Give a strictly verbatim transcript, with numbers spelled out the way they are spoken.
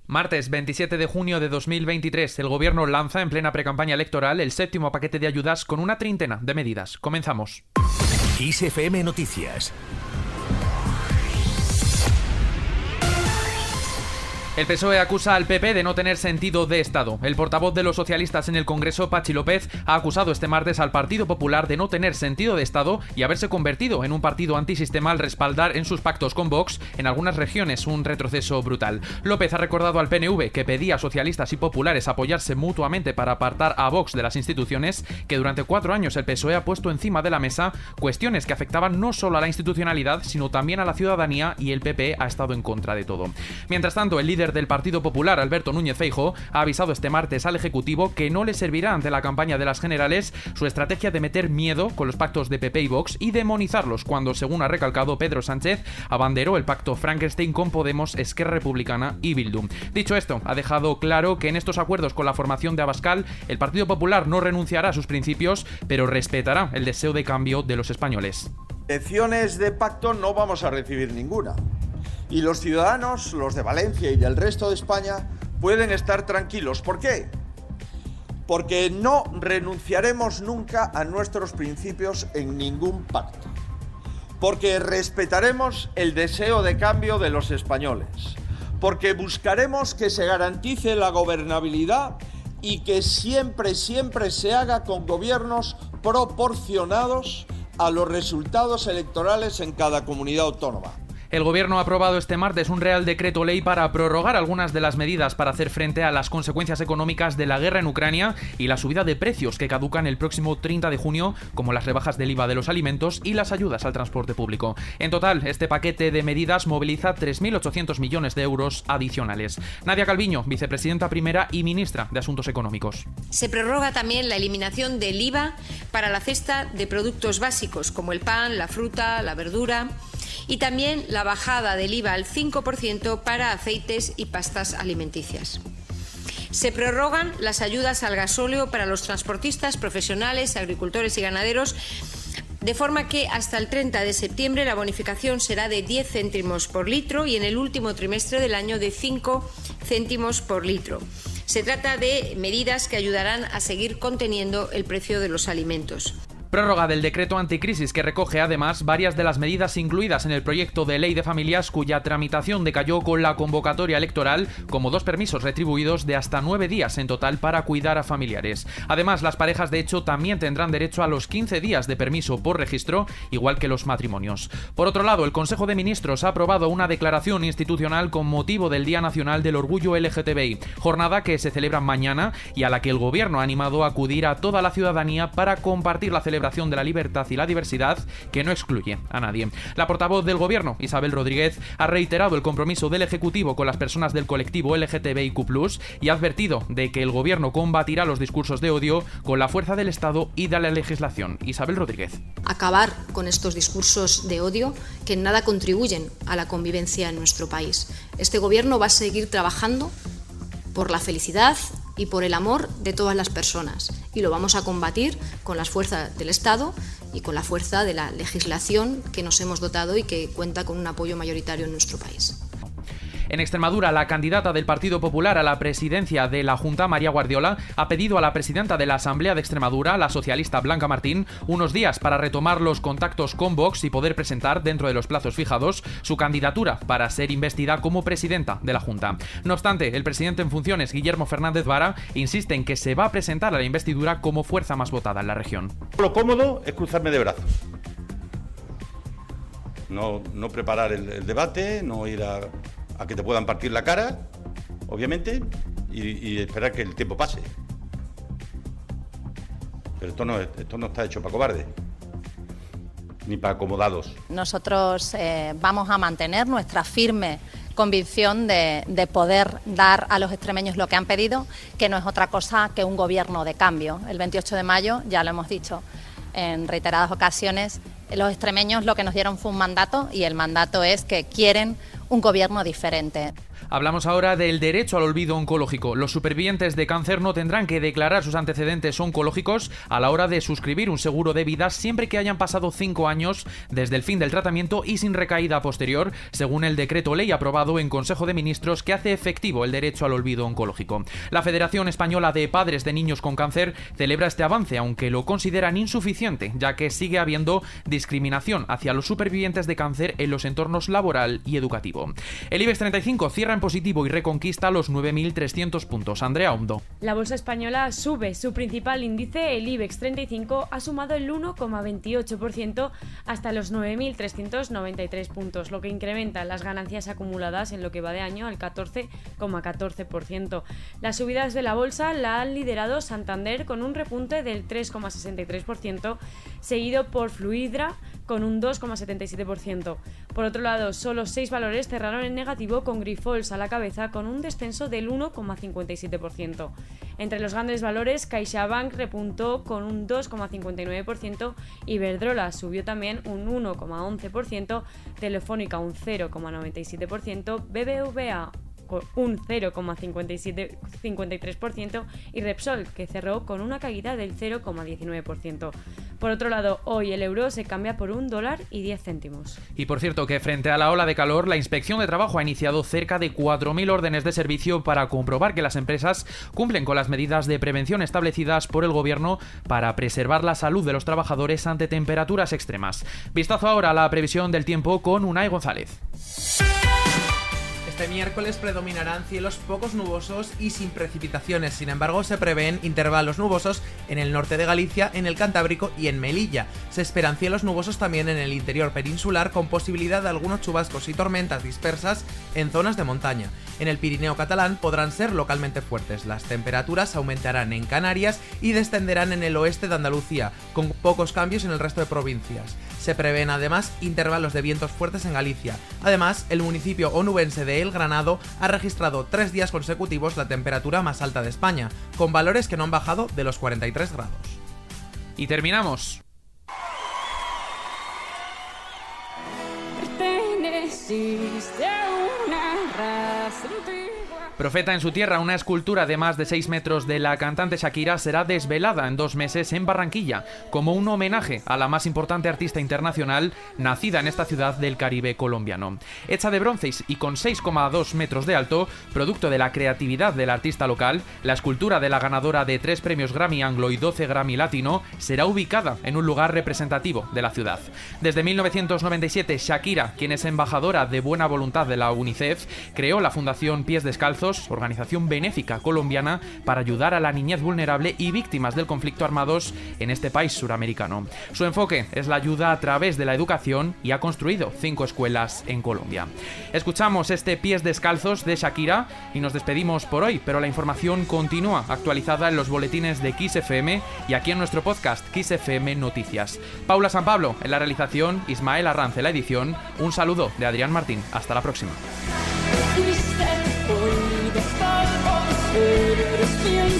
Martes veintisiete de junio de dos mil veintitrés, el Gobierno lanza en plena precampaña electoral el séptimo paquete de ayudas con una treintena de medidas. Comenzamos. Kiss F M Noticias. El P S O E acusa al P P de no tener sentido de Estado. El portavoz de los socialistas en el Congreso, Patxi López, ha acusado este martes al Partido Popular de no tener sentido de Estado y haberse convertido en un partido antisistema al respaldar en sus pactos con Vox en algunas regiones un retroceso brutal. López ha recordado al P N V que pedía a socialistas y populares apoyarse mutuamente para apartar a Vox de las instituciones, que durante cuatro años el P S O E ha puesto encima de la mesa cuestiones que afectaban no solo a la institucionalidad, sino también a la ciudadanía, y el P P ha estado en contra de todo. Mientras tanto, el líder del Partido Popular, Alberto Núñez Feijóo, ha avisado este martes al Ejecutivo que no le servirá ante la campaña de las generales su estrategia de meter miedo con los pactos de P P y Vox y demonizarlos cuando, según ha recalcado Pedro Sánchez, abanderó el pacto Frankenstein con Podemos, Esquerra Republicana y Bildu. Dicho esto, ha dejado claro que en estos acuerdos con la formación de Abascal, el Partido Popular no renunciará a sus principios, pero respetará el deseo de cambio de los españoles. Lecciones de pacto no vamos a recibir ninguna. Y los ciudadanos, los de Valencia y del resto de España, pueden estar tranquilos. ¿Por qué? Porque no renunciaremos nunca a nuestros principios en ningún pacto. Porque respetaremos el deseo de cambio de los españoles. Porque buscaremos que se garantice la gobernabilidad y que siempre, siempre se haga con gobiernos proporcionados a los resultados electorales en cada comunidad autónoma. El Gobierno ha aprobado este martes un Real Decreto Ley para prorrogar algunas de las medidas para hacer frente a las consecuencias económicas de la guerra en Ucrania y la subida de precios que caducan el próximo treinta de junio, como las rebajas del I V A de los alimentos y las ayudas al transporte público. En total, este paquete de medidas moviliza tres mil ochocientos millones de euros adicionales. Nadia Calviño, vicepresidenta primera y ministra de Asuntos Económicos. Se prorroga también la eliminación del I V A para la cesta de productos básicos, como el pan, la fruta, la verdura, y también la bajada del I V A al cinco por ciento para aceites y pastas alimenticias. Se prorrogan las ayudas al gasóleo para los transportistas, profesionales, agricultores y ganaderos, de forma que hasta el treinta de septiembre la bonificación será de diez céntimos por litro y en el último trimestre del año de cinco céntimos por litro. Se trata de medidas que ayudarán a seguir conteniendo el precio de los alimentos. Prórroga del decreto anticrisis que recoge además varias de las medidas incluidas en el proyecto de ley de familias cuya tramitación decayó con la convocatoria electoral, como dos permisos retribuidos de hasta nueve días en total para cuidar a familiares. Además, las parejas de hecho también tendrán derecho a los quince días de permiso por registro, igual que los matrimonios. Por otro lado, el Consejo de Ministros ha aprobado una declaración institucional con motivo del Día Nacional del Orgullo L G T B I, jornada que se celebra mañana y a la que el Gobierno ha animado a acudir a toda la ciudadanía para compartir la celebración de la libertad y la diversidad, que no excluye a nadie. La portavoz del Gobierno, Isabel Rodríguez, ha reiterado el compromiso del Ejecutivo con las personas del colectivo L G T B I Q plus, y ha advertido de que el Gobierno combatirá los discursos de odio con la fuerza del Estado y de la legislación. Isabel Rodríguez. Acabar con estos discursos de odio que en nada contribuyen a la convivencia en nuestro país. Este Gobierno va a seguir trabajando por la felicidad y por el amor de todas las personas, y lo vamos a combatir con las fuerzas del Estado y con la fuerza de la legislación que nos hemos dotado y que cuenta con un apoyo mayoritario en nuestro país. En Extremadura, la candidata del Partido Popular a la presidencia de la Junta, María Guardiola, ha pedido a la presidenta de la Asamblea de Extremadura, la socialista Blanca Martín, unos días para retomar los contactos con Vox y poder presentar, dentro de los plazos fijados, su candidatura para ser investida como presidenta de la Junta. No obstante, el presidente en funciones, Guillermo Fernández Vara, insiste en que se va a presentar a la investidura como fuerza más votada en la región. Lo cómodo es cruzarme de brazos. No, no preparar el, el debate, no ir a... a que te puedan partir la cara, obviamente, y, y esperar que el tiempo pase. Pero esto no, esto no está hecho para cobardes, ni para acomodados. Nosotros eh, vamos a mantener nuestra firme convicción de, de poder dar a los extremeños lo que han pedido, que no es otra cosa que un gobierno de cambio. El veintiocho de mayo, ya lo hemos dicho en reiteradas ocasiones, los extremeños lo que nos dieron fue un mandato, y el mandato es que quieren un gobierno diferente. Hablamos ahora del derecho al olvido oncológico. Los supervivientes de cáncer no tendrán que declarar sus antecedentes oncológicos a la hora de suscribir un seguro de vida siempre que hayan pasado cinco años desde el fin del tratamiento y sin recaída posterior, según el decreto ley aprobado en Consejo de Ministros que hace efectivo el derecho al olvido oncológico. La Federación Española de Padres de Niños con Cáncer celebra este avance, aunque lo consideran insuficiente, ya que sigue habiendo discriminación hacia los supervivientes de cáncer en los entornos laboral y educativo. El IBEX treinta y cinco cierra en positivo y reconquista los nueve mil trescientos puntos. Andrea Hondo. La bolsa española sube. Su principal índice, el IBEX treinta y cinco, ha sumado el uno coma veintiocho por ciento hasta los nueve mil trescientos noventa y tres puntos, lo que incrementa las ganancias acumuladas en lo que va de año al catorce coma catorce por ciento. Las subidas de la bolsa la han liderado Santander con un repunte del tres coma sesenta y tres por ciento, seguido por Fluidra con un dos coma setenta y siete por ciento. Por otro lado, solo seis valores cerraron en negativo, con Grifols a la cabeza con un descenso del uno coma cincuenta y siete por ciento. Entre los grandes valores, CaixaBank repuntó con un dos coma cincuenta y nueve por ciento, Iberdrola subió también un uno coma once por ciento, Telefónica un cero coma noventa y siete por ciento, B B V A un cero coma cincuenta y tres por ciento y Repsol, que cerró con una caída del cero coma diecinueve por ciento. Por otro lado, hoy el euro se cambia por un dólar y diez céntimos. Y por cierto que frente a la ola de calor, la Inspección de Trabajo ha iniciado cerca de cuatro mil órdenes de servicio para comprobar que las empresas cumplen con las medidas de prevención establecidas por el Gobierno para preservar la salud de los trabajadores ante temperaturas extremas. Vistazo ahora a la previsión del tiempo con Unai González. Este miércoles predominarán cielos pocos nubosos y sin precipitaciones. Sin embargo, se prevén intervalos nubosos en el norte de Galicia, en el Cantábrico y en Melilla. Se esperan cielos nubosos también en el interior peninsular, con posibilidad de algunos chubascos y tormentas dispersas en zonas de montaña. En el Pirineo catalán podrán ser localmente fuertes. Las temperaturas aumentarán en Canarias y descenderán en el oeste de Andalucía, con pocos cambios en el resto de provincias. Se prevén además intervalos de vientos fuertes en Galicia. Además, el municipio onubense de El Granado ha registrado tres días consecutivos la temperatura más alta de España, con valores que no han bajado de los cuarenta y tres grados. Y terminamos. Perteneciste a una raza antigua. Profeta en su tierra, una escultura de más de seis metros de la cantante Shakira será desvelada en dos meses en Barranquilla, como un homenaje a la más importante artista internacional nacida en esta ciudad del Caribe colombiano. Hecha de bronce y con seis coma dos metros de alto, producto de la creatividad del artista local, la escultura de la ganadora de tres premios Grammy Anglo y doce Grammy Latino será ubicada en un lugar representativo de la ciudad. Desde mil novecientos noventa y siete, Shakira, quien es embajadora de buena voluntad de la UNICEF, creó la Fundación Pies Descalzos, organización benéfica colombiana para ayudar a la niñez vulnerable y víctimas del conflicto armados en este país suramericano. Su enfoque es la ayuda a través de la educación y ha construido cinco escuelas en Colombia. Escuchamos este Pies Descalzos de Shakira y nos despedimos por hoy, pero la información continúa actualizada en los boletines de Kiss F M y aquí en nuestro podcast Kiss F M Noticias. Paula San Pablo en la realización, Ismael Arranz en la edición. Un saludo de Adrián Martín. Hasta la próxima. Eres quien